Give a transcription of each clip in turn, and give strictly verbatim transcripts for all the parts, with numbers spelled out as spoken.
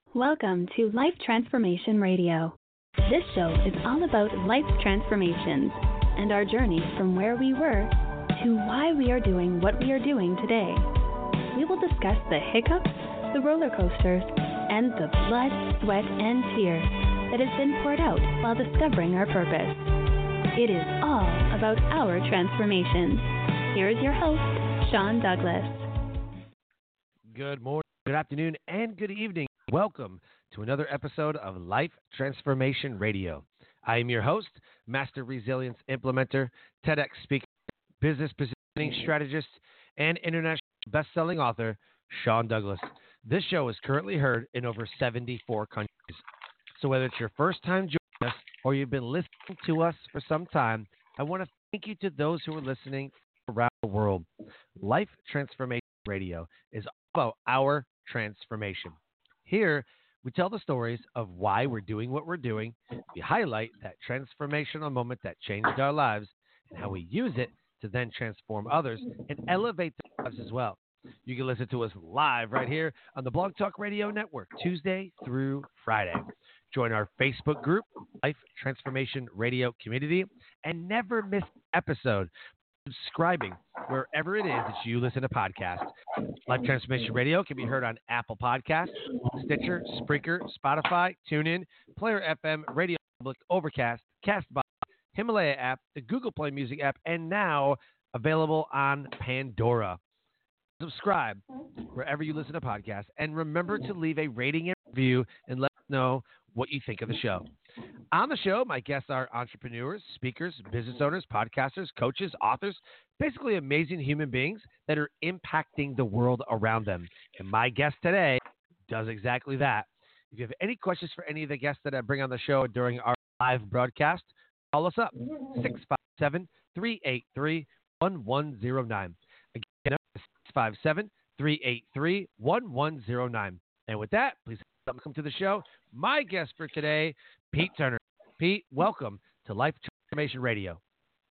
Welcome to Life Transformation Radio. This show is all about life transformations and our journey from where we were to why we are doing what we are doing today. We will discuss the hiccups, the roller coasters, and the blood, sweat, and tears that has been poured out while discovering our purpose. It is all about our transformation. Here is your host, Sean Douglas. Good morning, good afternoon, and good evening. Welcome to another episode of Life Transformation Radio. I am your host, Master Resilience Implementer, TEDx speaker, business positioning strategist, and international best-selling author, Sean Douglas. This show is currently heard in over seventy-four countries. So whether it's your first time joining us or you've been listening to us for some time, I want to thank you to those who are listening around the world. Life Transformation Radio is all about our transformation. Here, we tell the stories of why we're doing what we're doing. We highlight that transformational moment that changed our lives and how we use it to then transform others and elevate their lives as well. You can listen to us live right here on the Blog Talk Radio Network, Tuesday through Friday. Join our Facebook group, Life Transformation Radio Community, and never miss an episode. Subscribing wherever it is that you listen to podcasts. Life Transformation Radio can be heard on Apple Podcasts, Stitcher, Spreaker, Spotify, TuneIn, Player F M, Radio Public, Overcast, Castbox, Himalaya app, the Google Play Music app, and now available on Pandora. Subscribe wherever you listen to podcasts, and remember to leave a rating and review and let us know what you think of the show. On the show, my guests are entrepreneurs, speakers, business owners, podcasters, coaches, authors, basically amazing human beings that are impacting the world around them. And my guest today does exactly that. If you have any questions for any of the guests that I bring on the show during our live broadcast, call us up, six five seven, three eight three, one one zero nine. Again, six five seven, three eight three, one one zero nine. And with that, please welcome to the show my guest for today, Pete Turner. Pete, welcome to Life Transformation Radio.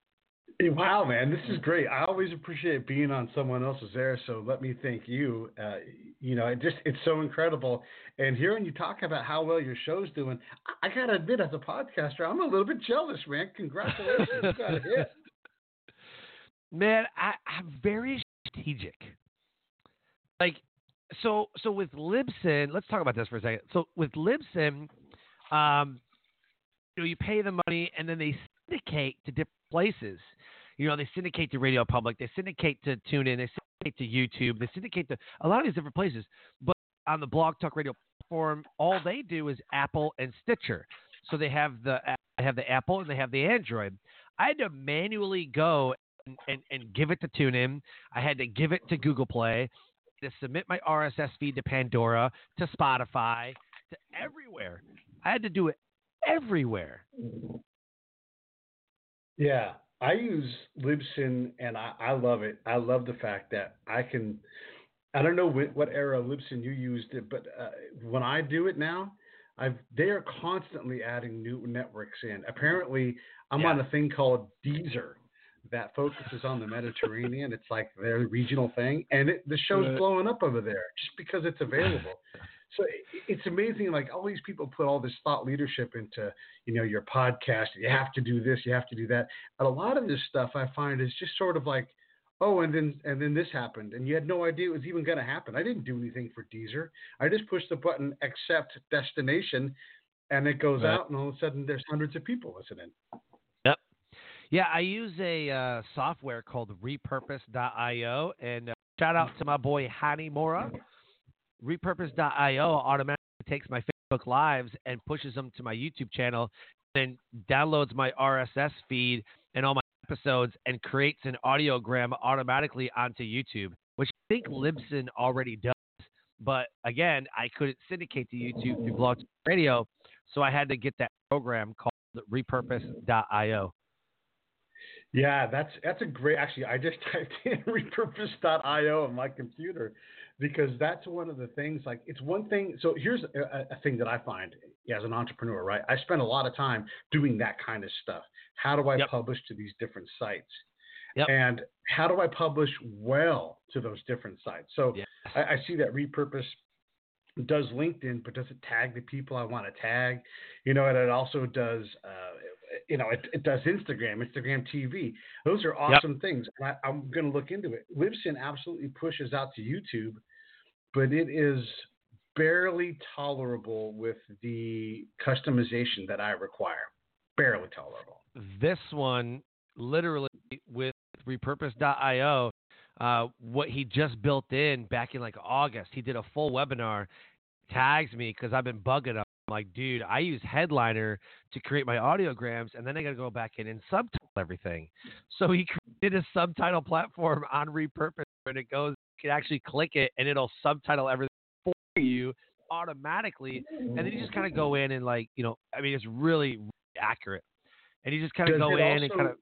Wow, man, this is great. I always appreciate being on someone else's air, so let me thank you. Uh, you know, it just it's so incredible. And hearing you talk about how well your show's doing, I, I got to admit, as a podcaster, I'm a little bit jealous, man. Congratulations. You got a hit. Man, I, I'm very strategic. Like, so so with Libsyn, let's talk about this for a second. So with Libsyn, um, you know, you pay the money and then they syndicate to different places. You know, they syndicate to Radio Public, they syndicate to TuneIn, they syndicate to YouTube, they syndicate to a lot of these different places. But on the Blog Talk Radio platform, all they do is Apple and Stitcher. So they have the they have the Apple and they have the Android. I had to manually go and, and, and give it to TuneIn. I had to give it to Google Play, to submit my R S S feed to Pandora, to Spotify, to everywhere. I had to do it everywhere. Yeah, I use Libsyn, and I, I love it. I love the fact that I can – I don't know what, what era of Libsyn you used it, but uh, when I do it now, I've they are constantly adding new networks in. Apparently, I'm yeah. on a thing called Deezer that focuses on the Mediterranean. It's like their regional thing, and it, the show's Right. blowing up over there just because it's available. So it's amazing. Like all these people put all this thought leadership into, you know, your podcast. You have to do this. You have to do that. And a lot of this stuff I find is just sort of like, oh, and then and then this happened, and you had no idea it was even going to happen. I didn't do anything for Deezer. I just pushed the button, accept destination, and it goes Right. out, and all of a sudden there's hundreds of people listening. Yep. Yeah, I use a uh, software called repurpose dot io, and uh, shout out to my boy Hani Mora. repurpose dot io automatically takes my Facebook Lives and pushes them to my YouTube channel, then downloads my R S S feed and all my episodes and creates an audiogram automatically onto YouTube, which I think Libsyn already does. But again, I couldn't syndicate to YouTube through Blog Talk Radio, so I had to get that program called repurpose dot io. Yeah, that's that's a great. Actually, I just typed in repurpose dot io on my computer because that's one of the things. Like, it's one thing. So here's a, a thing that I find as an entrepreneur, right? I spend a lot of time doing that kind of stuff. How do I Yep. publish to these different sites? Yep. And how do I publish well to those different sites? So Yes. I, I see that repurpose does LinkedIn, but does it tag the people I want to tag? You know, and it also does, uh, you know, it, it does Instagram, Instagram T V. Those are Yep. awesome things. And I, I'm going to look into it. Libsyn absolutely pushes out to YouTube, but it is barely tolerable with the customization that I require. Barely tolerable. This one, literally, with repurpose dot io, uh, what he just built in back in like August, he did a full webinar, tags me because I've been bugging him. I'm like, dude, I use Headliner to create my audiograms, and then I got to go back in and subtitle everything. So he created a subtitle platform on Repurpose, and it goes, you can actually click it, and it'll subtitle everything for you automatically. And then you just kind of go in and, like, you know, I mean, it's really, really accurate. And you just kind of go in also, and kind of.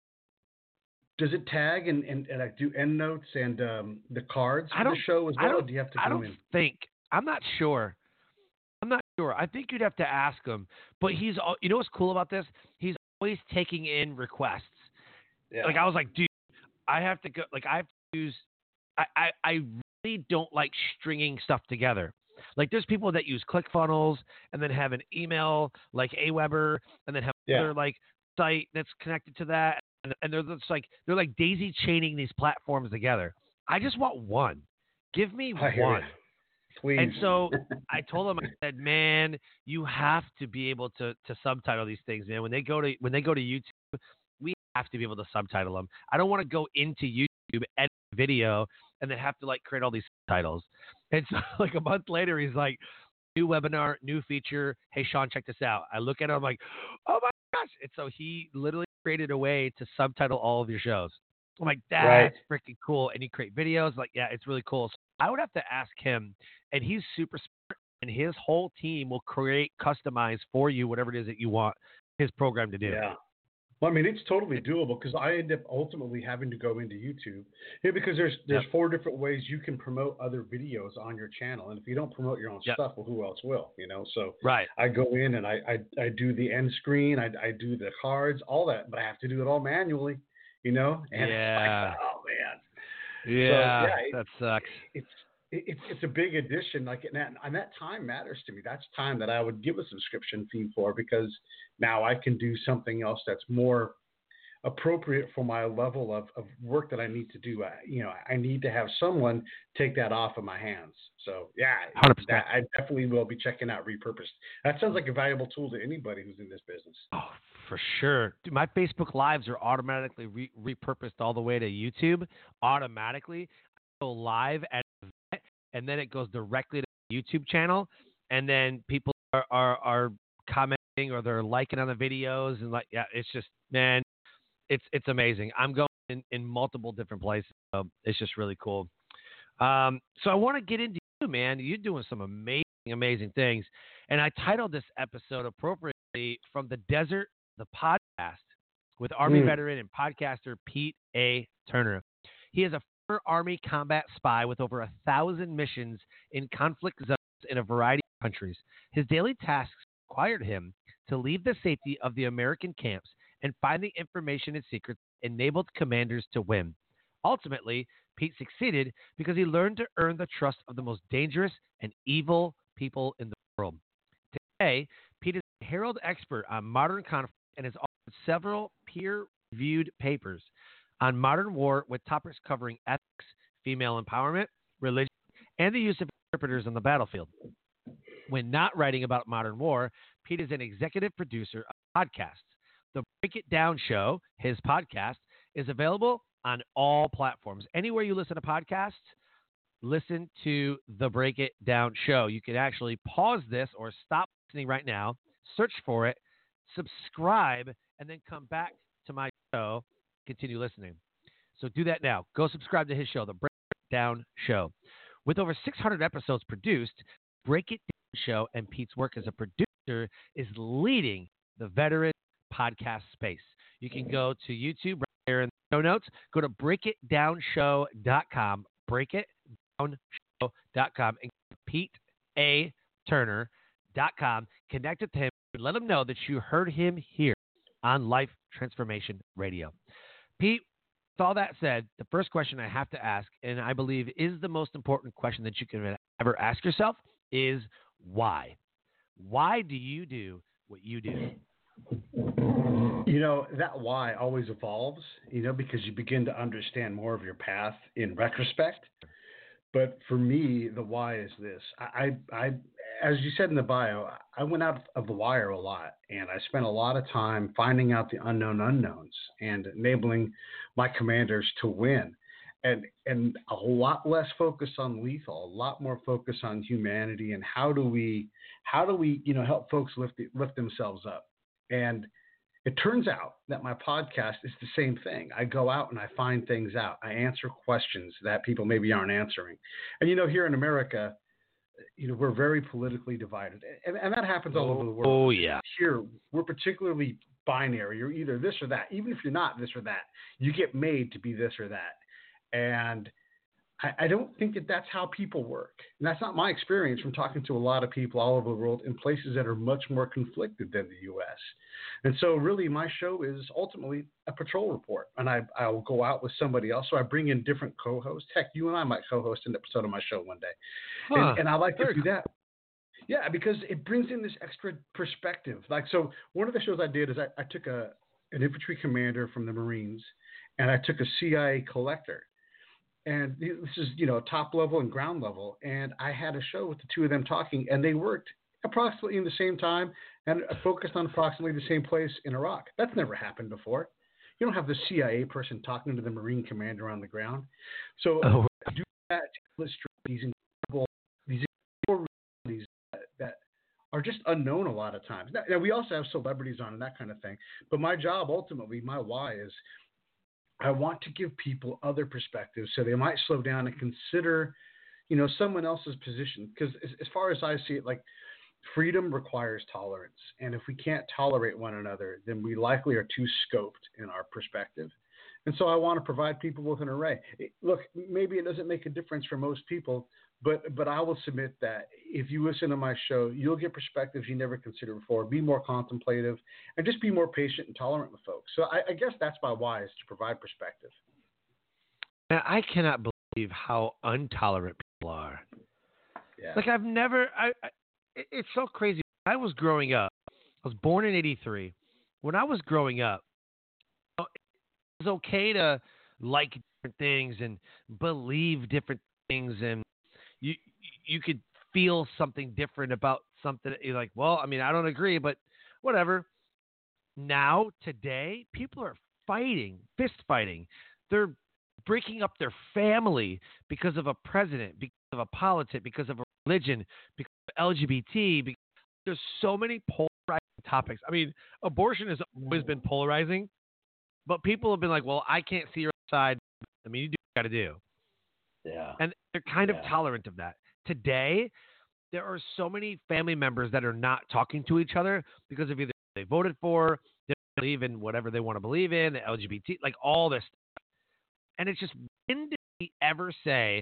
Does it tag and, and, and like do end notes and um, the cards for I don't, the show as well? I don't, or do you have to I go don't in? think. I'm not sure. I'm not sure. I think you'd have to ask him. But he's, you know what's cool about this? He's always taking in requests. Yeah. Like, I was like, dude, I have to go. Like, I have to use. I, I, I really don't like stringing stuff together. Like, there's people that use ClickFunnels and then have an email like Aweber and then have yeah. another like site that's connected to that. And, and they're just like they're like daisy chaining these platforms together. I just want one. Give me I one. Please. And so I told him, I said, man, you have to be able to to subtitle these things, man. When they go to when they go to YouTube, we have to be able to subtitle them. I don't want to go into YouTube, edit video, and then have to like create all these subtitles. And so like a month later, he's like, new webinar, new feature. Hey, Sean, check this out. I look at it, I'm like, oh my gosh. And so he literally created a way to subtitle all of your shows. I'm like, that's right. freaking cool. And you create videos. Like, yeah, it's really cool. So I would have to ask him, and he's super smart, and his whole team will create, customize for you whatever it is that you want his program to do. Yeah. Well, I mean, it's totally doable because I end up ultimately having to go into YouTube yeah, because there's there's yep. four different ways you can promote other videos on your channel, and if you don't promote your own yep. stuff, well, who else will? You know, so right. I go in and I I, I do the end screen, I, I do the cards, all that, but I have to do it all manually. You know, and yeah. it's like, oh man, yeah, so, yeah it, that sucks. It's It's it's a big addition, like and that, and that time matters to me. That's time that I would give a subscription fee for because now I can do something else that's more appropriate for my level of, of work that I need to do. I, you know, I need to have someone take that off of my hands. So yeah, that, I definitely will be checking out Repurposed. That sounds like a valuable tool to anybody who's in this business. Oh, for sure. Dude, my Facebook Lives are automatically re- repurposed all the way to YouTube. Automatically, I go live at and then it goes directly to the YouTube channel, and then people are, are, are commenting or they're liking on the videos, and like, yeah, it's just, man, it's it's amazing. I'm going in, in multiple different places, so it's just really cool. Um, so I want to get into you, man. You're doing some amazing, amazing things, and I titled this episode appropriately "From the Desert, the Podcast" with Army mm. veteran and podcaster Pete A. Turner. He is a Army combat spy with over a thousand missions in conflict zones in a variety of countries. His daily tasks required him to leave the safety of the American camps and find the information and secrets that enabled commanders to win. Ultimately, Pete succeeded because he learned to earn the trust of the most dangerous and evil people in the world. Today, Pete is a heralded expert on modern conflict and has authored several peer-reviewed papers on modern war with topics covering ethics, female empowerment, religion, and the use of interpreters on the battlefield. When not writing about modern war, Pete is an executive producer of podcasts. The Break It Down Show, his podcast, is available on all platforms. Anywhere you listen to podcasts, listen to The Break It Down Show. You can actually pause this or stop listening right now, search for it, subscribe, and then come back to my show. Continue listening. So do that now. Go subscribe to his show, The Break It Down Show. With over six hundred episodes produced, Break It Down Show and Pete's work as a producer is leading the veteran podcast space. You can go to YouTube right there in the show notes. Go to break it down show dot com, break it down show dot com, and Pete A. Turner dot com. Connect with him and let him know that you heard him here on Life Transformation Radio. Pete, with all that said, the first question I have to ask, and I believe is the most important question that you can ever ask yourself, is why. Why do you do what you do? You know, that why always evolves, you know, because you begin to understand more of your path in retrospect. But for me, the why is this. I, I, I, as you said in the bio, I went out of the wire a lot, and I spent a lot of time finding out the unknown unknowns and enabling my commanders to win. And, and a lot less focus on lethal, a lot more focus on humanity and how do we, how do we, you know, help folks lift, lift themselves up. And it turns out that my podcast is the same thing. I go out and I find things out. I answer questions that people maybe aren't answering. And, you know, here in America, you know, we're very politically divided. And, and that happens all over the world. Oh, yeah. Here, we're particularly binary. You're either this or that. Even if you're not this or that, you get made to be this or that. And I, I don't think that that's how people work. And that's not my experience from talking to a lot of people all over the world in places that are much more conflicted than the U S. And so really my show is ultimately a patrol report. And I, I'll go out with somebody else. So I bring in different co-hosts. Heck, you and I might co-host an episode of my show one day. Huh, and, and I like to do that. Yeah, because it brings in this extra perspective. Like, so one of the shows I did is I, I took a an infantry commander from the Marines and I took a C I A collector. And this is, you know, top level and ground level. And I had a show with the two of them talking, and they worked approximately in the same time and focused on approximately the same place in Iraq. That's never happened before. You don't have the C I A person talking to the Marine commander on the ground. So oh. I do that to illustrate these incredible, these incredible realities that, that are just unknown a lot of times. Now, we also have celebrities on and that kind of thing. But my job, ultimately, my why is I want to give people other perspectives so they might slow down and consider, you know, someone else's position. Because as, as far as I see it, like freedom requires tolerance. And if we can't tolerate one another, then we likely are too scoped in our perspective. And so I want to provide people with an array. It, look, maybe it doesn't make a difference for most people, but but I will submit that if you listen to my show, you'll get perspectives you never considered before. Be more contemplative and just be more patient and tolerant with folks. So I, I guess that's my why, is to provide perspective. Now, I cannot believe how intolerant people are. Yeah. Like I've never. I, I it's so crazy. When I was growing up, I was born in eighty-three. When I was growing up, it was okay to like different things and believe different things, and you you could feel something different about something. You're like, well, I mean, I don't agree, but whatever. Now, today, people are fighting, fist fighting. They're breaking up their family because of a president, because of a politic, because of a religion, because of L G B T. Because there's so many polarizing topics. I mean, abortion has always been polarizing, but people have been like, well, I can't see your side. I mean, you do what you got to do. Yeah. And they're kind of yeah. tolerant of that. Today, there are so many family members that are not talking to each other because of either they voted for, they believe in whatever they want to believe in, the L G B T, like all this stuff. And it's just, when did we ever say,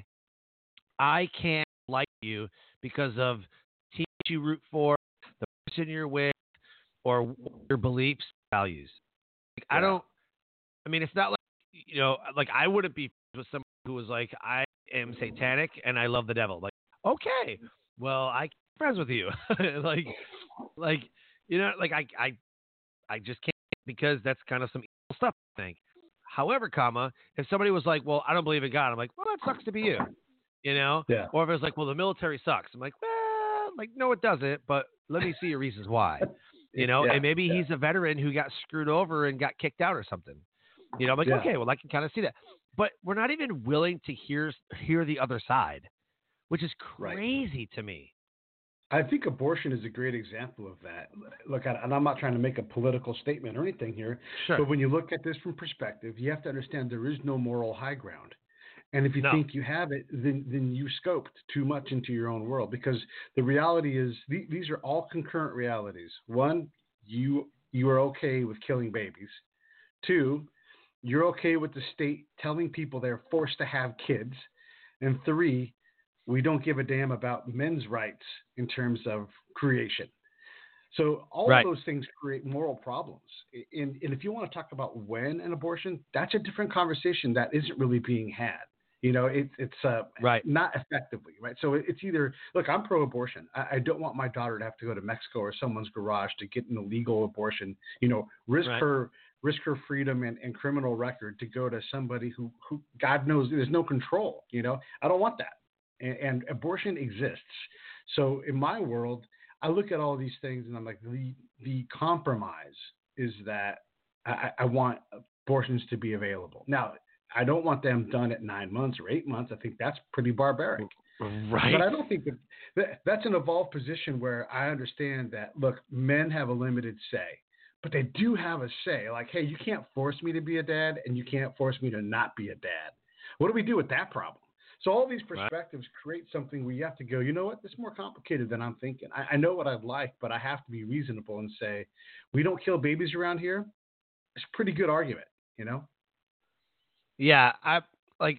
I can't like you because of the team you root for, the person you're with, or your beliefs, values? Like, yeah. I don't, I mean, it's not like, you know, like I wouldn't be with someone who was like, I am satanic and I love the devil. Like, okay, well, I can be friends with you. like, like, you know, like I, I, I just can't, because that's kind of some evil stuff, I think. However, comma, if somebody was like, well, I don't believe in God, I'm like, well, that sucks to be you, you know? Yeah. Or if it's like, well, the military sucks, I'm like, well, like, no, it doesn't, but let me see your reasons why, you know? Yeah, and maybe yeah. he's a veteran who got screwed over and got kicked out or something. You know, I'm like, yeah. okay, well, I can kind of see that. But we're not even willing to hear hear the other side, which is crazy right. to me. I think abortion is a great example of that. Look, and I'm not trying to make a political statement or anything here, sure. but when you look at this from perspective, you have to understand there is no moral high ground. And if you no. think you have it, then then you scoped too much into your own world, because the reality is th- these are all concurrent realities. One, you you are okay with killing babies. Two, you're okay with the state telling people they're forced to have kids. And three, we don't give a damn about men's rights in terms of creation. So all right. of those things create moral problems. And, and if you want to talk about when an abortion, that's a different conversation that isn't really being had. You know, it's it's uh, Right. not effectively, right? So it's either, look, I'm pro-abortion. I, I don't want my daughter to have to go to Mexico or someone's garage to get an illegal abortion. You know, risk Right. her risk her freedom and, and criminal record to go to somebody who who God knows there's no control. You know, I don't want that. And, and abortion exists. So in my world, I look at all these things and I'm like, the the compromise is that I, I want abortions to be available. Now, I don't want them done at nine months or eight months. I think that's pretty barbaric. Right. But I don't think that, that that's an evolved position where I understand that, look, men have a limited say, but they do have a say. Like, hey, you can't force me to be a dad and you can't force me to not be a dad. What do we do with that problem? So all these perspectives right. create something where you have to go, you know what, this is more complicated than I'm thinking. I, I know what I'd like, but I have to be reasonable and say, we don't kill babies around here. It's a pretty good argument, you know? Yeah, I like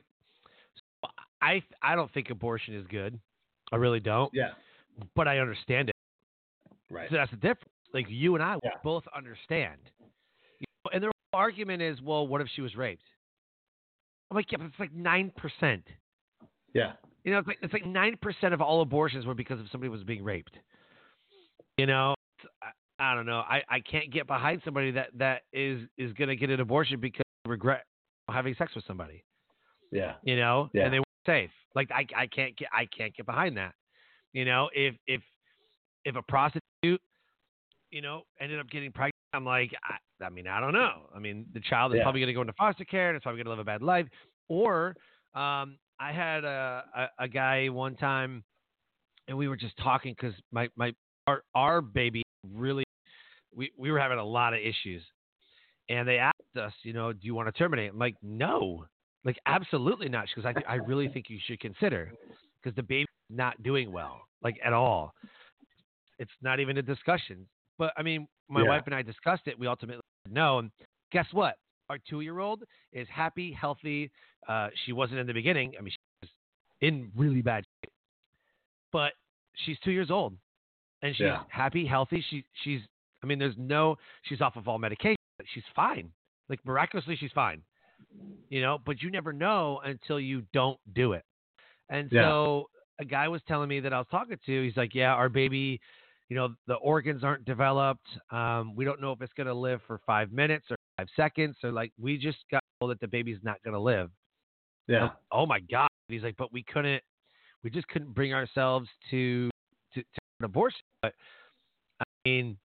I I don't think abortion is good. I really don't. Yeah. But I understand it. Right. So that's the difference. Like you and I yeah. both understand. You know, and their argument is, well, what if she was raped? I'm like, yeah, but it's like nine percent. Yeah. You know, it's like it's like nine percent of all abortions were because of somebody was being raped. You know, I, I don't know. I, I can't get behind somebody that, that is, is going to get an abortion because they regret having sex with somebody. Yeah. You know, yeah. and they weren't safe. Like I I can't get I can't get behind that. You know, if if if a prostitute, you know, ended up getting pregnant, I'm like, I, I mean, I don't know. I mean, the child is yeah. probably going to go into foster care and it's probably going to live a bad life. Or um, I had a, a, a guy one time, and we were just talking because my, my our, our baby really, we, we were having a lot of issues. And they asked us, you know, do you want to terminate? I'm like, no, like, absolutely not. Because I, I really think you should consider, because the baby's not doing well, like, at all. It's not even a discussion. But, I mean, my yeah. wife and I discussed it. We ultimately said no. And guess what? Our two-year-old is happy, healthy. Uh, she wasn't in the beginning. I mean, she was in really bad shape. But she's two years old. And she's yeah. happy, healthy. She, she's, I mean, there's no, she's off of all medication. She's fine. Like, miraculously, she's fine. You know, but you never know until you don't do it. And yeah. so a guy was telling me that I was talking to, he's like, yeah, our baby, you know, the organs aren't developed. Um, we don't know if it's going to live for five minutes or five seconds. So, like, we just got told that the baby's not going to live. Yeah. Like, oh, my God. He's like, but we couldn't, we just couldn't bring ourselves to, to, to an abortion. But, I mean,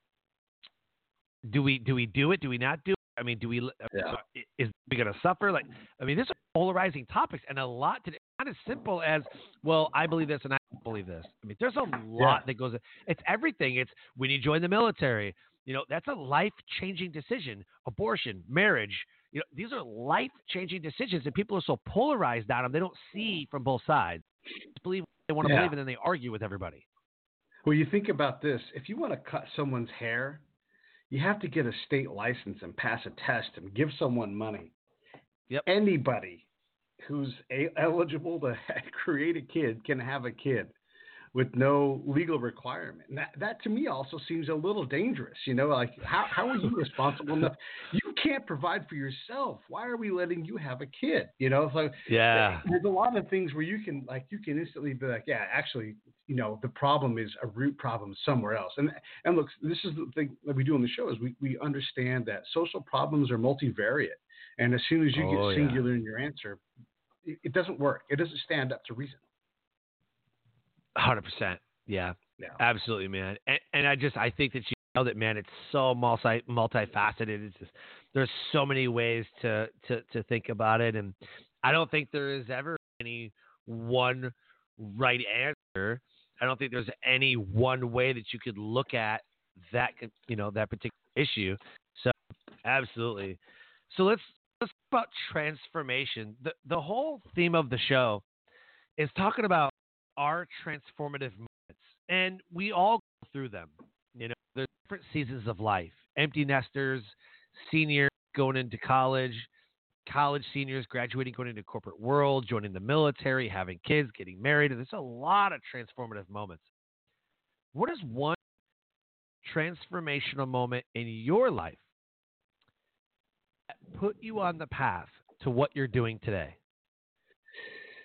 do we, do we do it? Do we not do it? I mean, do we, yeah. is we going to suffer? Like, I mean, these are polarizing topics and a lot to, not as simple as, well, I believe this and I don't believe this. I mean, there's a lot yeah. that goes, it's everything. It's when you join the military, you know, that's a life-changing decision. Abortion, marriage, you know, these are life-changing decisions, and people are so polarized on them, they don't see from both sides. They believe what they want to yeah. believe, and then they argue with everybody. Well, you think about this. If you want to cut someone's hair, you have to get a state license and pass a test and give someone money. Yep. Anybody who's a- eligible to create a kid can have a kid with no legal requirement. And that, that to me also seems a little dangerous. You know, like, how, how are you responsible enough? You can't provide for yourself. Why are we letting you have a kid? You know, so yeah. there's a lot of things where you can, like, you can instantly be like, yeah, actually, you know, the problem is a root problem somewhere else. And and look, this is the thing that we do on the show is we, we understand that social problems are multivariate. And as soon as you oh, get singular yeah. in your answer, it, it doesn't work. It doesn't stand up to reason. one hundred percent. Yeah. Yeah. Absolutely, man. And, and I just, I think that you nailed it, man. It's so multi, multifaceted. It's just, there's so many ways to, to, to think about it. And I don't think there is ever any one right answer. I don't think there's any one way that you could look at that, you know, that particular issue. So absolutely. So let's, let's talk about transformation. The, the whole theme of the show is talking about our transformative moments, and we all go through them. You know, there's different seasons of life. Empty nesters, seniors going into college, college seniors graduating, going into corporate world, joining the military, having kids, getting married. There's a lot of transformative moments. What is one transformational moment in your life that put you on the path to what you're doing today?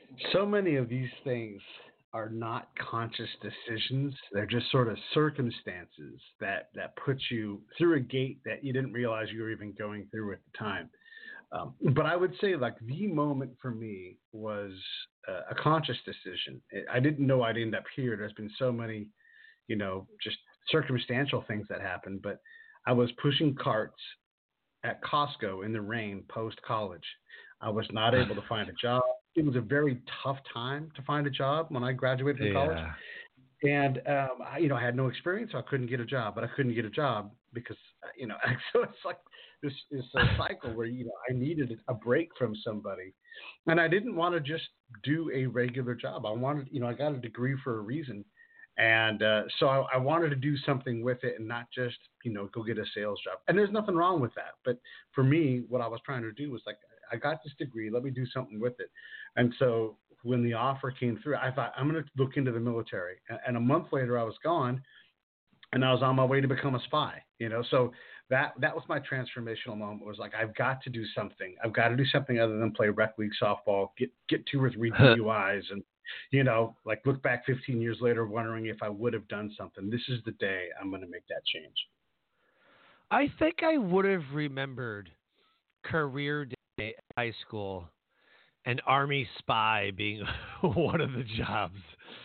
So many of these things are not conscious decisions. They're just sort of circumstances that that put you through a gate that you didn't realize you were even going through at the time. Um, but I would say like the moment for me was uh, a conscious decision. I didn't know I'd end up here. There's been so many, you know, just circumstantial things that happened. But I was pushing carts at Costco in the rain post college. I was not able to find a job. It was a very tough time to find a job when I graduated from college. Yeah. And, um, I, you know, I had no experience, so I couldn't get a job, but I couldn't get a job because, uh, you know, so it's like this is a cycle where, you know, I needed a break from somebody and I didn't want to just do a regular job. I wanted, you know, I got a degree for a reason. And uh, so I, I wanted to do something with it and not just, you know, go get a sales job. And there's nothing wrong with that. But for me, what I was trying to do was like, I got this degree, let me do something with it. And so when the offer came through, I thought, I'm going to look into the military. And a month later, I was gone and I was on my way to become a spy, you know. So that that was my transformational moment, was like, I've got to do something. I've got to do something other than play rec league softball, get, get two or three D U Is and, you know, like look back fifteen years later wondering if I would have done something. This is the day I'm going to make that change. I think I would have remembered career day at high school and Army spy being one of the jobs.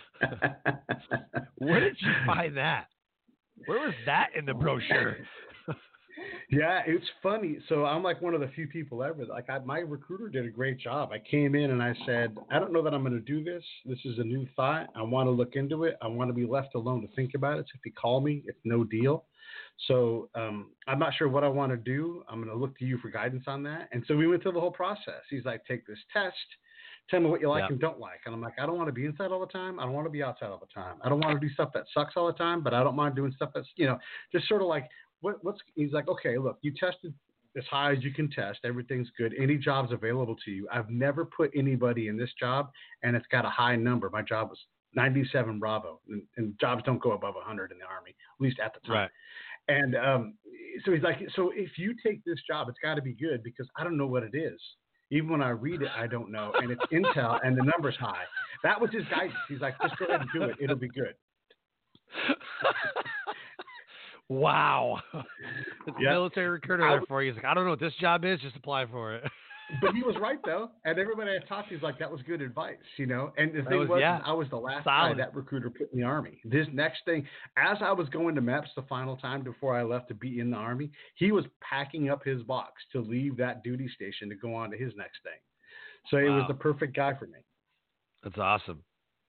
Where did you find that? Where was that in the brochure? Yeah, it's funny. So I'm like one of the few people ever. Like I, my recruiter did a great job. I came in and I said, I don't know that I'm going to do this. This is a new thought. I want to look into it. I want to be left alone to think about it. So if you call me, it's no deal. So um, I'm not sure what I want to do. I'm going to look to you for guidance on that. And so we went through the whole process. He's like, take this test. Tell me what you like yeah. and don't like. And I'm like, I don't want to be inside all the time. I don't want to be outside all the time. I don't want to do stuff that sucks all the time, but I don't mind doing stuff that's, you know, just sort of like, what, what's, he's like, okay, look, you tested as high as you can test. Everything's good. Any job's available to you. I've never put anybody in this job and it's got a high number. My job was ninety-seven Bravo, and, and jobs don't go above one hundred in the Army, at least at the time. Right. And um, so he's like, so if you take this job, it's got to be good because I don't know what it is. Even when I read it, I don't know. And it's intel and the number's high. That was his guidance. He's like, just go ahead and do it. It'll be good. Wow. It's a yeah. military recruiter there for you. He's like, I don't know what this job is. Just apply for it. But he was right, though. And everybody I talked to was like, that was good advice, you know. And the thing was, was, yeah, I was the last solid. guy that recruiter put in the Army. This next thing, as I was going to MEPS the final time before I left to be in the Army, he was packing up his box to leave that duty station to go on to his next thing. So wow. He was the perfect guy for me. That's awesome.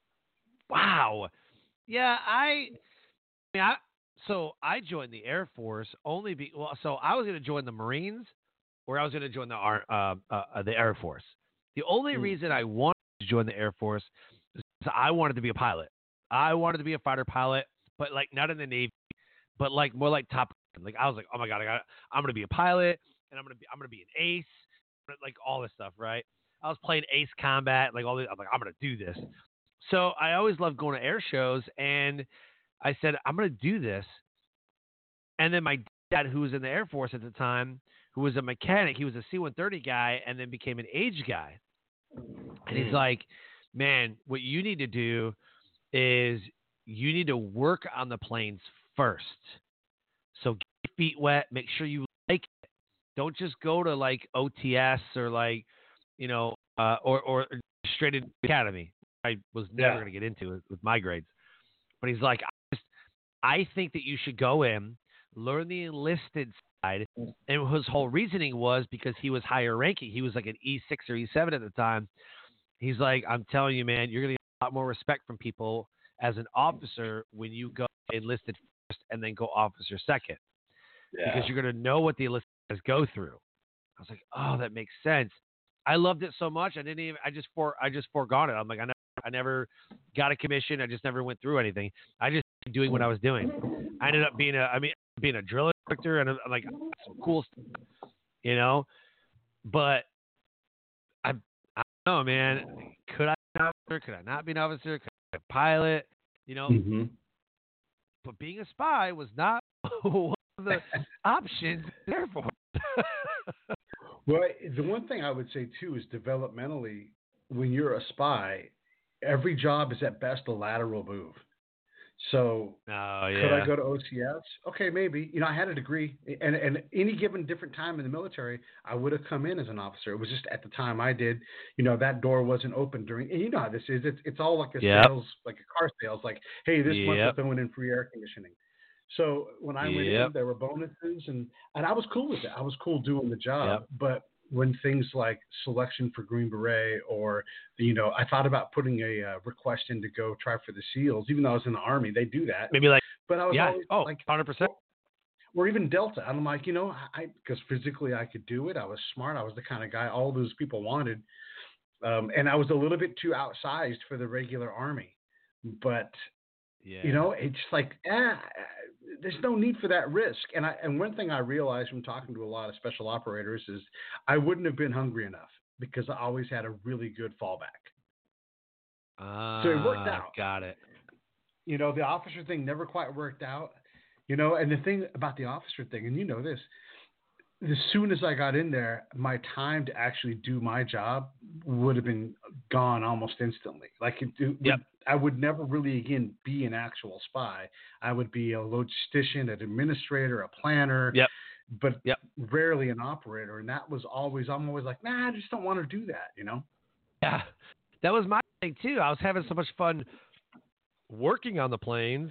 Wow. Yeah, I, I, mean, I so I joined the Air Force only be well. So I was going to join the Marines, or I was going to join the uh, uh, the Air Force. The only mm. reason I wanted to join the Air Force is because I wanted to be a pilot. I wanted to be a fighter pilot, but like not in the Navy, but like more like Top Gun. Like I was like, oh my god, I got, I'm going to be a pilot, and I'm going to be, I'm going to be an ace, like all this stuff, right? I was playing Ace Combat, like all this. I'm like, I'm going to do this. So I always loved going to air shows, and I said, I'm going to do this. And then my dad, who was in the Air Force at the time, who was a mechanic, he was a C one thirty guy and then became an age guy. And he's like, man, what you need to do is you need to work on the planes first. So get your feet wet, make sure you like it. Don't just go to like O T S or like, you know, uh, or, or straight into the academy. I was never yeah. going to get into it with my grades. But he's like, I, just, I think that you should go in, learn the enlisted side. And his whole reasoning was because he was higher ranking. He was like an E six or E seven at the time. He's like, I'm telling you, man, you're going to get a lot more respect from people as an officer when you go enlisted first and then go officer second. Yeah. Because you're going to know what the enlisted guys go through. I was like, oh, that makes sense. I loved it so much. I didn't even, I just for, I just forgot it. I'm like, I never, I never got a commission. I just never went through anything. I just doing what I was doing. I ended up being a, I mean, being a drill instructor and I'm like some cool stuff, you know, but I, I don't know, man, could I be an officer? Could I not be an officer? Could I be a pilot? You know, mm-hmm. But being a spy was not one of the options there for. Well, the one thing I would say too is developmentally, when you're a spy, every job is at best a lateral move. So Oh could I yeah. go to O C S? Okay, maybe. You know, I had a degree, and and any given different time in the military, I would have come in as an officer. It was just at the time I did, you know, that door wasn't open during. And you know how this is. It's it's all like a Yep. sales, like a car sales. Like, hey, this month we're Yep. throwing in free air conditioning. So when I went in, Yep. there were bonuses, and and I was cool with it. I was cool doing the job, Yep. but when things like selection for Green Beret, or you know, I thought about putting a uh, request in to go try for the SEALs, even though I was in the Army. They do that, Maybe like but I was yeah. always Oh, like, one hundred percent. or even Delta. And I'm like, you know, I because physically I could do it. I was smart. I was the kind of guy all those people wanted, um, and I was a little bit too outsized for the regular Army. But Yeah. you know, it's like, eh, there's no need for that risk. And I and one thing I realized from talking to a lot of special operators is I wouldn't have been hungry enough because I always had a really good fallback. Ah, So it worked out. got it. You know, the officer thing never quite worked out. You know, and the thing about the officer thing, and you know this, as soon as I got in there, my time to actually do my job would have been gone almost instantly. Like it, it Yep. would, I would never really again be an actual spy. I would be a logistician, an administrator, a planner, Yep. but Yep. rarely an operator. And that was always, I'm always like, nah, I just don't want to do that, you know? Yeah. That was my thing too. I was having so much fun working on the planes,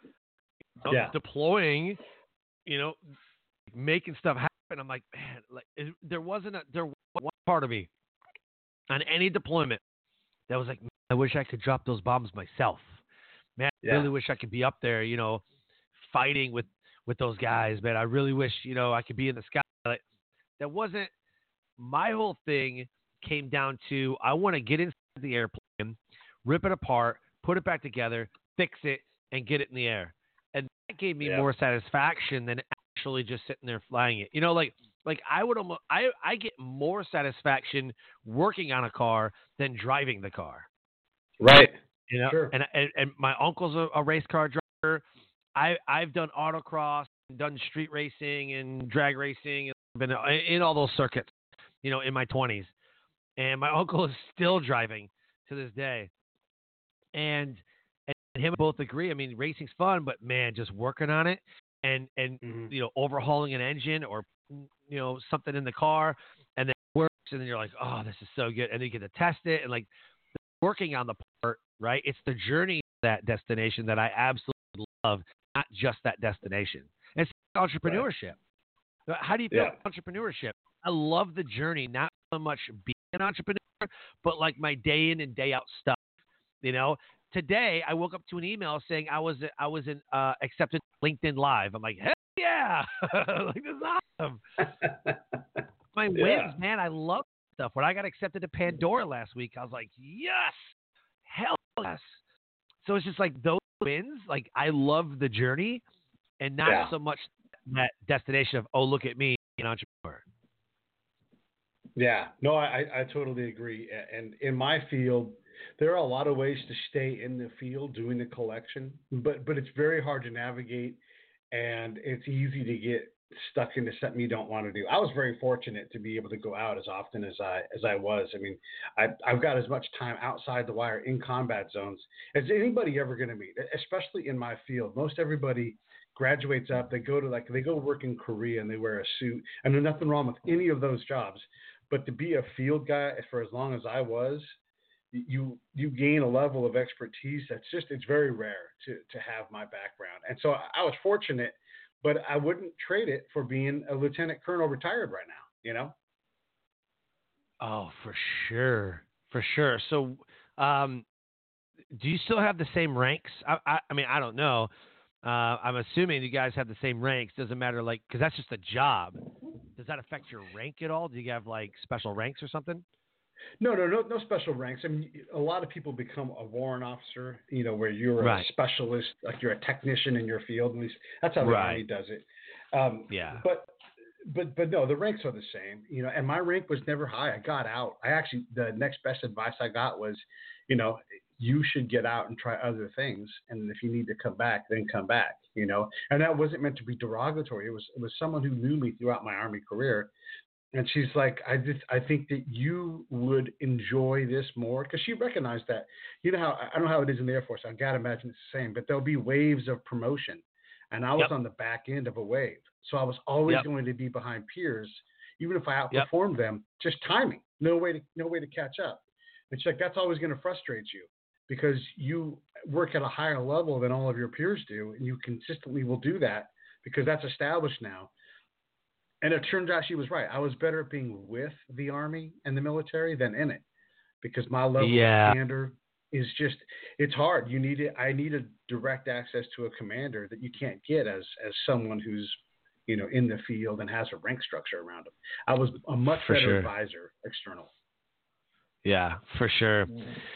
Yeah. deploying, you know, making stuff happen. I'm like, man, like it, there wasn't a there was one part of me on any deployment that was like, man, I wish I could drop those bombs myself. Man, I Yeah. really wish I could be up there, you know, fighting with with those guys. Man, I really wish, you know, I could be in the sky. Like, that wasn't my whole thing. Came down to I want to get inside the airplane, rip it apart, put it back together, fix it, and get it in the air. And that gave me Yeah. more satisfaction than actually just sitting there flying it. You know, like like I would almost I I get more satisfaction working on a car than driving the car. Right. You know, Sure. and, and and my uncle's a, a race car driver. I I've done autocross, done street racing and drag racing, and been in all those circuits. You know, in my twenties, and my uncle is still driving to this day. And and him both agree. I mean, racing's fun, but man, just working on it and and Mhm. you know overhauling an engine or you know something in the car, and then it works, and then you're like, oh, this is so good, and then you get to test it and like working on the part, right? It's the journey to that destination that I absolutely love, not just that destination. And it's entrepreneurship. Right. How do you feel Yeah. about entrepreneurship? I love the journey, not so much being an entrepreneur, but like my day in and day out stuff. You know, today I woke up to an email saying I was I was in uh, accepted LinkedIn Live. I'm like, hell yeah, like this is awesome. My Yeah. wins, man. I love stuff. When I got accepted to Pandora last week, I was like, yes, hell yes. So it's just like those wins. Like I love the journey, and not Yeah. so much that destination of oh look at me, an entrepreneur. Yeah, no, I, I totally agree. A- And in my field, there are a lot of ways to stay in the field doing the collection, but but it's very hard to navigate, and it's easy to get stuck into something you don't want to do. I was very fortunate to be able to go out as often as I as I was. I mean, I, I've got as much time outside the wire in combat zones as anybody ever going to meet, especially in my field. Most everybody graduates up, they go to like they go work in Korea and they wear a suit, and there's nothing wrong with any of those jobs. But to be a field guy for as long as I was, you you gain a level of expertise that's just it's very rare to to have my background. And so I was fortunate, but I wouldn't trade it for being a lieutenant colonel retired right now, you know? Oh, for sure, for sure. So, um, do you still have the same ranks? I, I, I mean, I don't know. Uh, I'm assuming you guys have the same ranks. Doesn't matter, like, because that's just a job. Does that affect your rank at all? Do you have like special ranks or something? No, no, no, no special ranks. I mean, a lot of people become a warrant officer, you know, where you're Right. a specialist, like you're a technician in your field. At least that's how the Right. Army does it. Um, Yeah. But, but, but no, the ranks are the same, you know. And my rank was never high. I got out. I actually, the next best advice I got was, you know, you should get out and try other things, and if you need to come back, then come back, you know. And that wasn't meant to be derogatory. It was, it was someone who knew me throughout my Army career. And she's like, I just, I think that you would enjoy this more because she recognized that. You know how I don't know how it is in the Air Force. I gotta imagine it's the same, but there'll be waves of promotion, and I was Yep. on the back end of a wave, so I was always Yep. going to be behind peers, even if I Yep. outperformed them. Just timing, no way to, no way to catch up. And she's like, that's always going to frustrate you because you work at a higher level than all of your peers do, and you consistently will do that because that's established now. And it turns out she was right. I was better at being with the Army and the military than in it because my level Yeah. of candor is just, it's hard. You need it. I needed direct access to a commander that you can't get as, as someone who's, you know, in the field and has a rank structure around him. I was a much For better sure. advisor external. Yeah, for sure.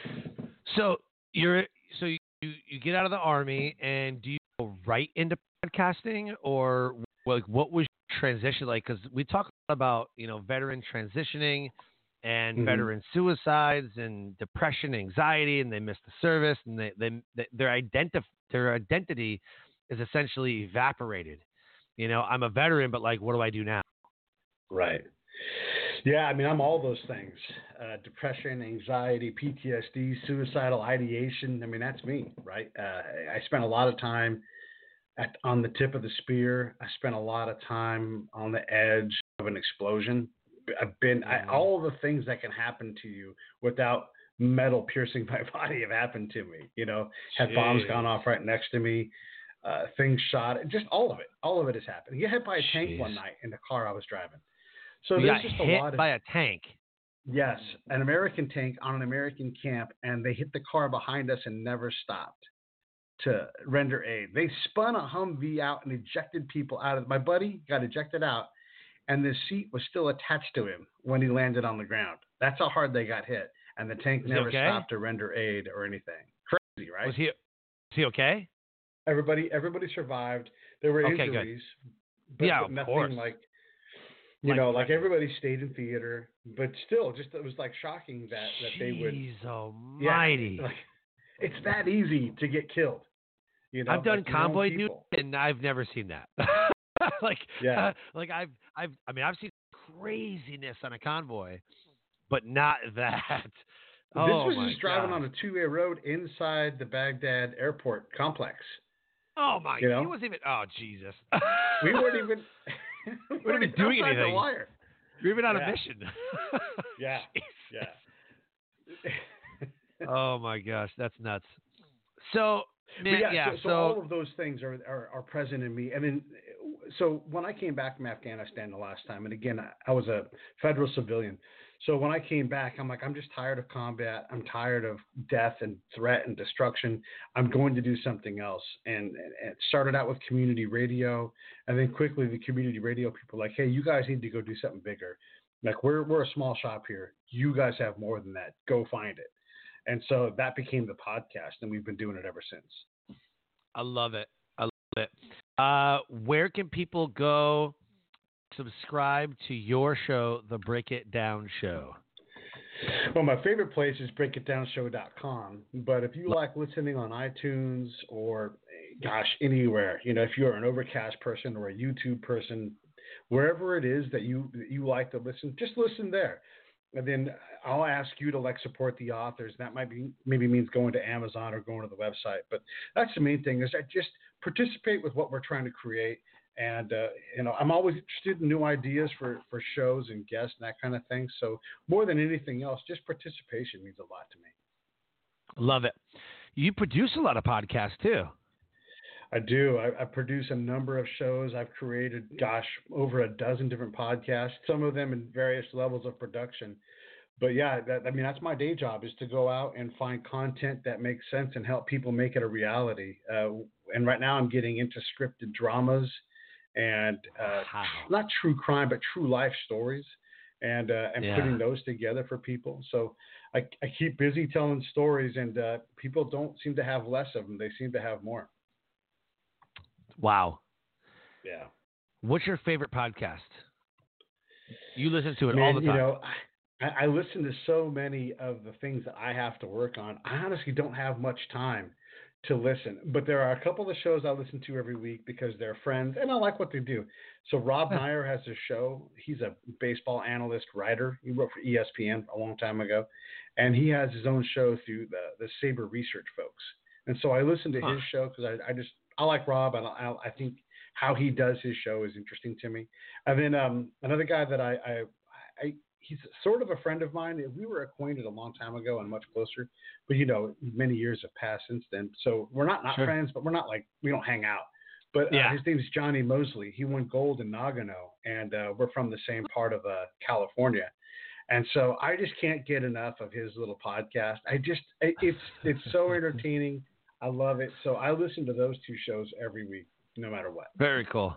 So you're so you, you get out of the Army, and do you go right into podcasting, or like what was your transition like? Because we talk about you know veteran transitioning and Mhm. veteran suicides and depression, anxiety, and they miss the service, and they, they, they their identif- their identity is essentially evaporated. You know, I'm a veteran, but like, what do I do now? Right. Yeah, I mean, I'm all those things. Uh, depression, anxiety, P T S D, suicidal ideation. I mean, that's me, right? Uh, I spent a lot of time at, on the tip of the spear. I spent a lot of time on the edge of an explosion. I've been, I, all of the things that can happen to you without metal piercing my body have happened to me. You know, had bombs gone off right next to me, uh, things shot, just all of it. All of it has happened. You got hit by a tank Jeez. one night in the car I was driving. So You there's got just hit a lot of by a tank. yes, an American tank on an American camp, and they hit the car behind us and never stopped to render aid. They spun a Humvee out and ejected people out of. My buddy got ejected out, and the seat was still attached to him when he landed on the ground. That's how hard they got hit, and the tank Was he never okay? stopped to render aid or anything. Crazy, right? Was he? Was he okay? Everybody, everybody survived. There were Okay, good. injuries, but, Yeah, but of nothing course. like. You Like- know, like everybody stayed in theater, but still, just it was like shocking that, that they would. Jeez almighty. Yeah, like, it's that easy to get killed. You know, I've done like your own convoy duty, people. and I've never seen that. like, Yeah. uh, like I've, I've, I mean, I've seen craziness on a convoy, but not that. This oh was my just driving God. on a two-way road inside the Baghdad airport complex. Oh my! you know? He wasn't even. Oh Jesus! We weren't even. we weren't even doing outside anything. The wire. We're even on Yeah. a mission. Yeah. Jeez. Yeah. Oh my gosh, that's nuts. So, But man, yeah, yeah. so, so so all of those things are, are, are present in me. I mean, so when I came back from Afghanistan the last time, and again, I, I was a federal civilian. So when I came back, I'm like, I'm just tired of combat. I'm tired of death and threat and destruction. I'm going to do something else. And, and it started out with community radio. And then quickly the community radio people were like, hey, you guys need to go do something bigger. Like we're, we're a small shop here. You guys have more than that. Go find it. And so that became the podcast, and we've been doing it ever since. I love it. I love it. Uh, where can people go subscribe to your show, The Break It Down Show? Well, my favorite place is break it down show dot com. But if you like listening on iTunes or, gosh, anywhere, you know, if you're an Overcast person or a YouTube person, wherever it is that you that you like to listen, just listen there. And then I'll ask you to like support the authors. That might be maybe means going to Amazon or going to the website. But that's the main thing is I just participate with what we're trying to create. And, uh, you know, I'm always interested in new ideas for, for shows and guests and that kind of thing. So more than anything else, just participation means a lot to me. Love it. You produce a lot of podcasts too. I do. I, I produce a number of shows. I've created, gosh, over a dozen different podcasts, some of them in various levels of production. But yeah, that, I mean, that's my day job is to go out and find content that makes sense and help people make it a reality. Uh, and right now I'm getting into scripted dramas and uh, Wow. not true crime, but true life stories and, uh, and Yeah. putting those together for people. So I, I keep busy telling stories and uh, people don't seem to have less of them. They seem to have more. Wow. Yeah. What's your favorite podcast? You listen to it Man, all the time. You know, I, I listen to so many of the things that I have to work on. I honestly don't have much time to listen. But there are a couple of shows I listen to every week because they're friends and I like what they do. So Rob Meyer has a show. He's a baseball analyst, writer. He wrote for E S P N a long time ago. And he has his own show through the, the Saber Research folks. And so I listen to huh. his show because I, I just, I like Rob. And I, I think how he does his show is interesting to me. And then um, another guy that I, I, I, he's sort of a friend of mine. We were acquainted a long time ago and much closer, but you know, many years have passed since then. So we're not, not sure. friends, but we're not like, we don't hang out. But yeah. uh, his name is Johnny Mosley. He won gold in Nagano, and uh, we're from the same part of uh, California. And so I just can't get enough of his little podcast. I just, it's, it's so entertaining. I love it. So I listen to those two shows every week, no matter what. Very cool.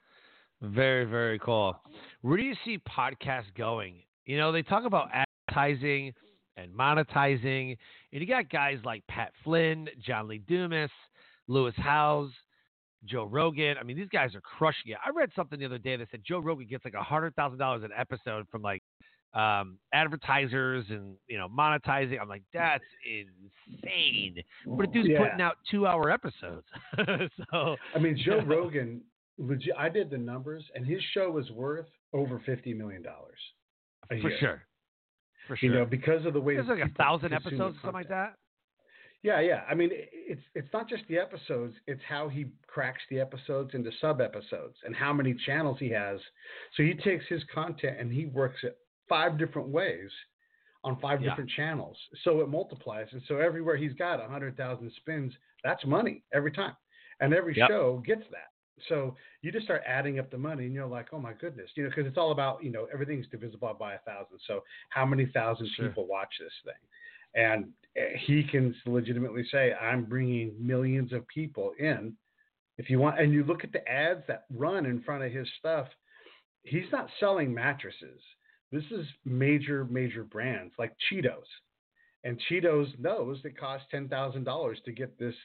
Very, very cool. Where do you see podcasts going? You know, they talk about advertising and monetizing, and you got guys like Pat Flynn, John Lee Dumas, Lewis Howes, Joe Rogan. I mean, these guys are crushing it. I read something the other day that said Joe Rogan gets like one hundred thousand dollars an episode from like um, advertisers and, you know, monetizing. I'm like, that's insane. But a dude's yeah. putting out two-hour episodes. so I mean, Joe Rogan, legit, I did the numbers, and his show was worth over fifty million dollars a For year. sure. For sure. You know, because of the way there's like a thousand episodes, something like that. Yeah, yeah. I mean, it's it's not just the episodes; it's how he cracks the episodes into sub episodes and how many channels he has. So he takes his content and he works it five different ways on five yeah. different channels. So it multiplies, and so everywhere he's got a hundred thousand spins, that's money every time, and every yep. show gets that. So you just start adding up the money, and you're like, oh my goodness, you know, because it's all about, you know, everything's divisible by a thousand. So how many thousand sure. people watch this thing? And he can legitimately say, I'm bringing millions of people in. If you want, and you look at the ads that run in front of his stuff, he's not selling mattresses. This is major, major brands like Cheetos. And Cheetos knows it costs ten thousand dollars to get this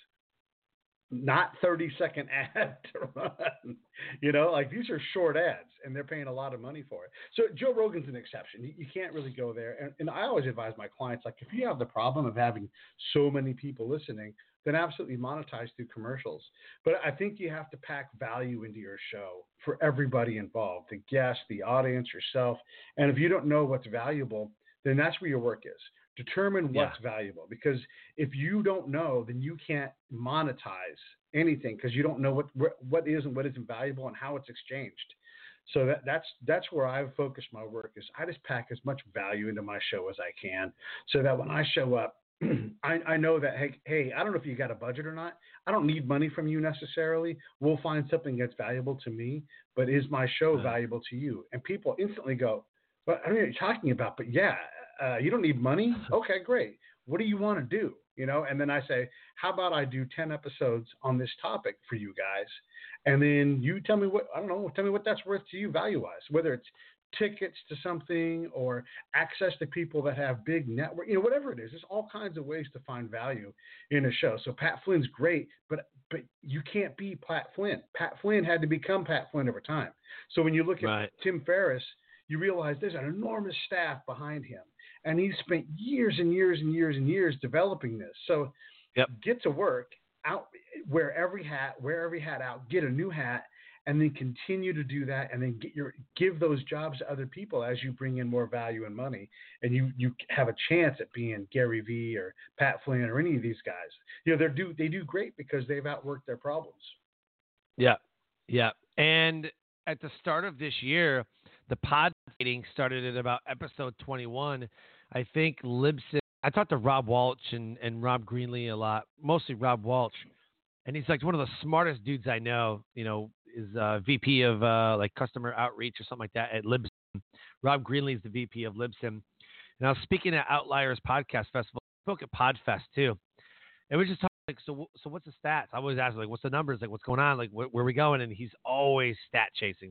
not thirty second ad to run. You know, like these are short ads and they're paying a lot of money for it. So Joe Rogan's an exception. You, you can't really go there. And, and I always advise my clients, like if you have the problem of having so many people listening, then absolutely monetize through commercials. But I think you have to pack value into your show for everybody involved, the guest, the audience, yourself. And if you don't know what's valuable, then that's where your work is. Determine what's yeah. valuable, because if you don't know, then you can't monetize anything because you don't know what what is and what isn't valuable and how it's exchanged. So that, that's that's where I've focused my work is I just pack as much value into my show as I can so that when I show up, I, I know that, hey, hey, I don't know if you got a budget or not. I don't need money from you necessarily. We'll find something that's valuable to me, but is my show yeah. valuable to you? And people instantly go, well, I don't know what you're talking about, but yeah, Uh, you don't need money? Okay, great. What do you want to do? You know, and then I say, how about I do ten episodes on this topic for you guys? And then you tell me what, I don't know, tell me what that's worth to you value-wise, whether it's tickets to something or access to people that have big network, you know, whatever it is. There's all kinds of ways to find value in a show. So Pat Flynn's great, but but you can't be Pat Flynn. Pat Flynn had to become Pat Flynn over time. So when you look at right. Tim Ferriss, you realize there's an enormous staff behind him. And he's spent years and years and years and years developing this. So yep. get to work, out, wear every hat, wear every hat out, get a new hat, and then continue to do that, and then get your give those jobs to other people as you bring in more value and money, and you you have a chance at being Gary Vee or Pat Flynn or any of these guys. You know, they do they do great because they've outworked their problems. Yeah, yeah. And at the start of this year, the pod dating started at about episode twenty-one. I think Libsyn. I talked to Rob Walsh and, and Rob Greenlee a lot, mostly Rob Walsh, and he's like one of the smartest dudes I know. You know, is uh, V P of uh, like customer outreach or something like that at Libsyn. Rob Greenlee is the V P of Libsyn. And I was speaking at Outliers Podcast Festival. I spoke at Podfest too. It was just talking like, so so what's the stats? I always ask like, what's the numbers? Like, what's going on? Like, wh- where are we going? And he's always stat chasing.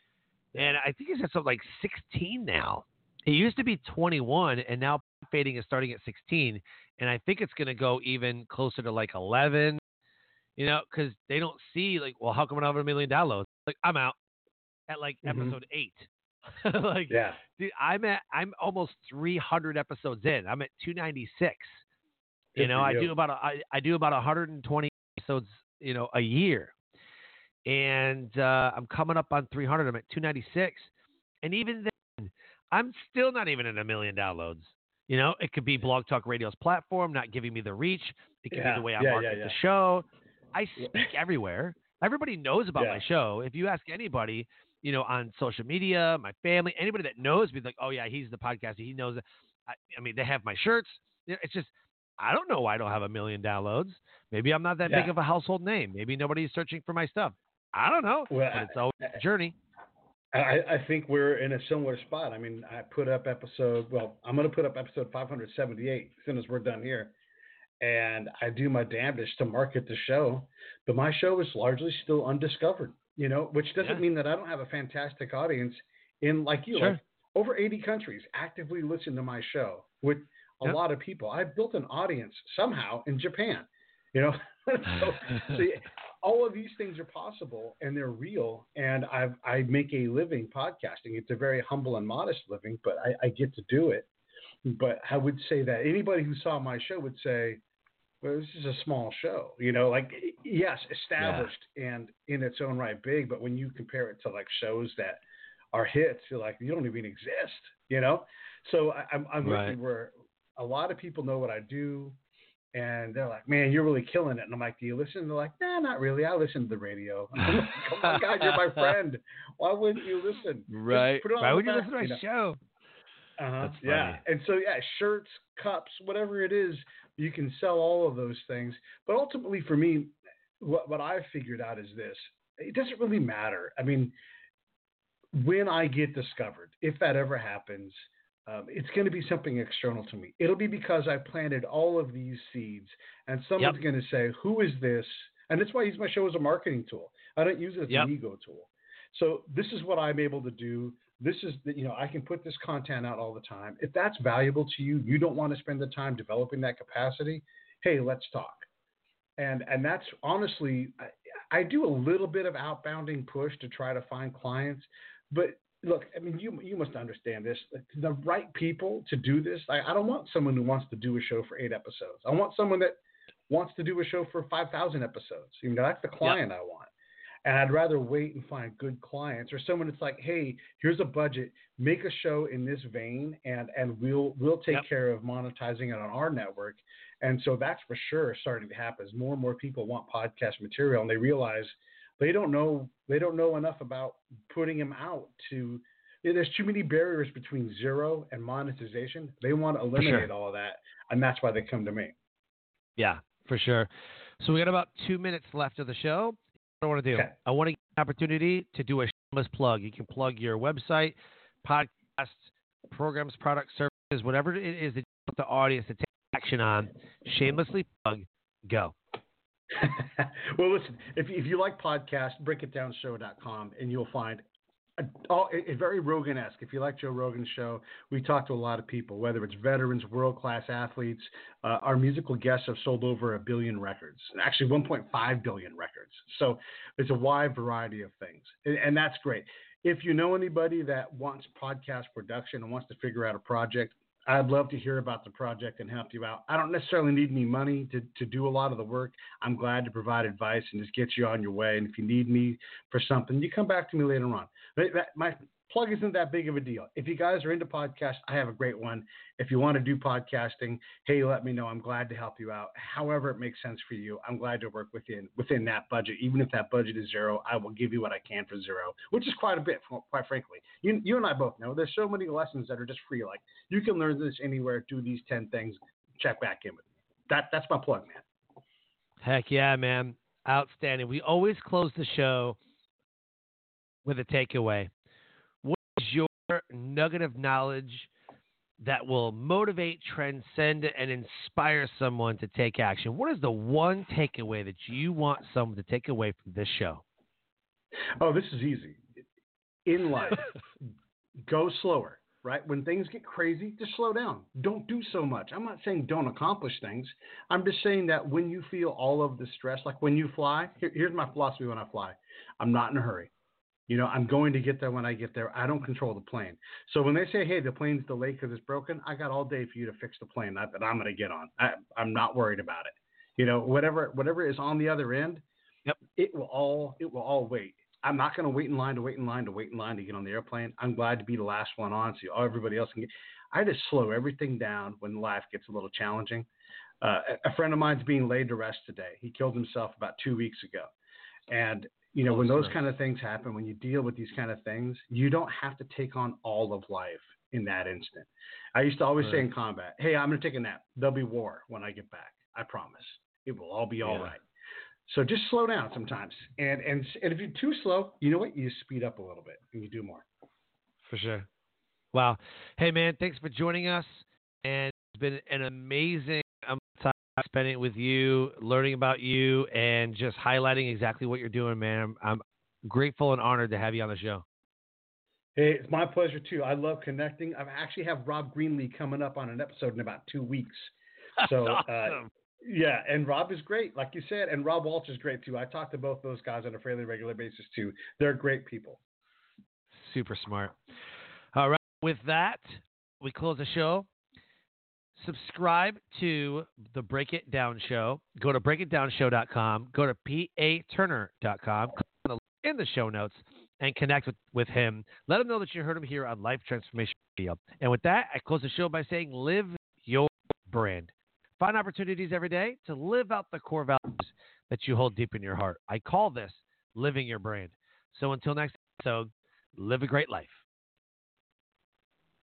And I think he's at something like sixteen now. He used to be twenty-one, and now fading is starting at sixteen. And I think it's going to go even closer to like eleven, you know, because they don't see like, well, how come I don't have a million downloads? Like, I'm out at like mm-hmm. episode eight. like, yeah, dude, I'm at, I'm almost three hundred episodes in. I'm at two ninety-six. Good you know, for I you. do about a, I, I do about one hundred twenty episodes, you know, a year, and uh, I'm coming up on three hundred. I'm at two ninety-six, and even then, I'm still not even at a million downloads. You know, it could be Blog Talk Radio's platform not giving me the reach. It could Yeah, be the way I yeah, market yeah, yeah. the show. I speak everywhere. Everybody knows about Yeah. my show. If you ask anybody, you know, on social media, my family, anybody that knows me, like, oh yeah, he's the podcaster. He knows it. I, I mean, they have my shirts. It's just, I don't know why I don't have a million downloads. Maybe I'm not that Yeah. big of a household name. Maybe nobody's searching for my stuff. I don't know, Well, but it's always a journey. I, I think we're in a similar spot. I mean, I put up episode, well, I'm going to put up episode five hundred seventy-eight as soon as we're done here. And I do my damnedest to market the show, but my show is largely still undiscovered, you know, which doesn't Yeah. mean that I don't have a fantastic audience in, like you, Sure. like over eighty countries actively listen to my show with a Yep. lot of people. I've built an audience somehow in Japan, you know, so, so all of these things are possible and they're real. And I I make a living podcasting. It's a very humble and modest living, but I, I get to do it. But I would say that anybody who saw my show would say, well, this is a small show, you know, like, yes, established yeah. and in its own right big. But when you compare it to like shows that are hits, you're like, you don't even exist, you know? So I, I'm, I'm Right. with you where a lot of people know what I do. And they're like, man, you're really killing it. And I'm like, do you listen? And they're like, nah, not really. I listen to the radio. I'm like, oh my God, you're my friend. Why wouldn't you listen? Right. Put it on Why the would you back, listen to my you know? show? Uh-huh. That's Yeah. funny. And so, yeah, shirts, cups, whatever it is, you can sell all of those things. But ultimately, for me, what, what I've figured out is this. It doesn't really matter. I mean, when I get discovered, if that ever happens, um, it's going to be something external to me. It'll be because I planted all of these seeds, and someone's Yep. going to say, who is this? And that's why I use my show as a marketing tool. I don't use it as Yep. an ego tool. So this is what I'm able to do. This is, you know, I can put this content out all the time. If that's valuable to you, you don't want to spend the time developing that capacity, hey, let's talk. And and that's honestly, I, I do a little bit of outbounding push to try to find clients. But look, I mean, you you must understand this. The right people to do this, I, I don't want someone who wants to do a show for eight episodes. I want someone that wants to do a show for five thousand episodes. You know, that's the client yep. I want. And I'd rather wait and find good clients or someone that's like, hey, here's a budget, make a show in this vein, and and we'll we'll take yep. care of monetizing it on our network. And so that's for sure starting to happen. As more and more people want podcast material, and they realize they don't know they don't know enough about putting them out to. You know, there's too many barriers between zero and monetization. They want to eliminate sure. all of that, and that's why they come to me. Yeah, for sure. So we got about two minutes left of the show. What I want to do, okay. I want to get an opportunity to do a shameless plug. You can plug your website, podcasts, programs, products, services, whatever it is that you want the audience to take action on. Shamelessly plug, go. Well, listen, if, if you like podcasts, break it down show dot com, and you'll find a, all, a, a very Rogan-esque. If you like Joe Rogan's show, we talk to a lot of people, whether it's veterans, world-class athletes. Uh, our musical guests have sold over a billion records, actually one point five billion records. So it's a wide variety of things, and, and that's great. If you know anybody that wants podcast production and wants to figure out a project, I'd love to hear about the project and help you out. I don't necessarily need any money to, to do a lot of the work. I'm glad to provide advice and just get you on your way. And if you need me for something, you come back to me later on. My plug isn't that big of a deal. If you guys are into podcasts, I have a great one. If you want to do podcasting, hey, let me know. I'm glad to help you out. However it makes sense for you, I'm glad to work within within that budget. Even if that budget is zero, I will give you what I can for zero, which is quite a bit, quite frankly. You, you and I both know there's so many lessons that are just free. Like, you can learn this anywhere, do these ten things, check back in with me. That, that's my plug, man. Heck yeah, man. Outstanding. We always close the show with a takeaway. What is your nugget of knowledge that will motivate, transcend, and inspire someone to take action? What is the one takeaway that you want someone to take away from this show? Oh, this is easy. In life, go slower, right? When things get crazy, just slow down. Don't do so much. I'm not saying don't accomplish things. I'm just saying that when you feel all of the stress, like when you fly, here, here's my philosophy when I fly. I'm not in a hurry. You know, I'm going to get there when I get there. I don't control the plane. So when they say, hey, the plane's delayed because it's broken, I got all day for you to fix the plane that, that I'm going to get on. I, I'm not worried about it. You know, whatever whatever is on the other end, Yep. it will all it will all wait. I'm not going to wait in line to wait in line to wait in line to get on the airplane. I'm glad to be the last one on so everybody else can get. I just slow everything down when life gets a little challenging. Uh, a friend of mine's being laid to rest today. He killed himself about two weeks ago. And, you know, Oh, when those sorry. kind of things happen, when you deal with these kind of things, you don't have to take on all of life in that instant. I used to always Right. say in combat, hey, I'm going to take a nap. There'll be war when I get back. I promise. It will all be all Yeah. right. So just slow down sometimes. And, and, and if you're too slow, you know what? You speed up a little bit and you do more. For sure. Wow. Hey, man, thanks for joining us. And it's been an amazing amount of time spending it with you, learning about you, and just highlighting exactly what you're doing, man. I'm, I'm grateful and honored to have you on the show. Hey, it's my pleasure, too. I love connecting. I actually have Rob Greenlee coming up on an episode in about two weeks. So, That's uh, awesome. yeah, and Rob is great, like you said, and Rob Walsh is great, too. I talk to both those guys on a fairly regular basis, too. They're great people. Super smart. All right. With that, we close the show. Subscribe to the Break It Down Show. Go to break it down show dot com. Go to p a turner dot com. Click on the link in the show notes and connect with, with him. Let him know that you heard him here on Life Transformation Radio. And with that, I close the show by saying live your brand. Find opportunities every day to live out the core values that you hold deep in your heart. I call this living your brand. So until next episode, live a great life.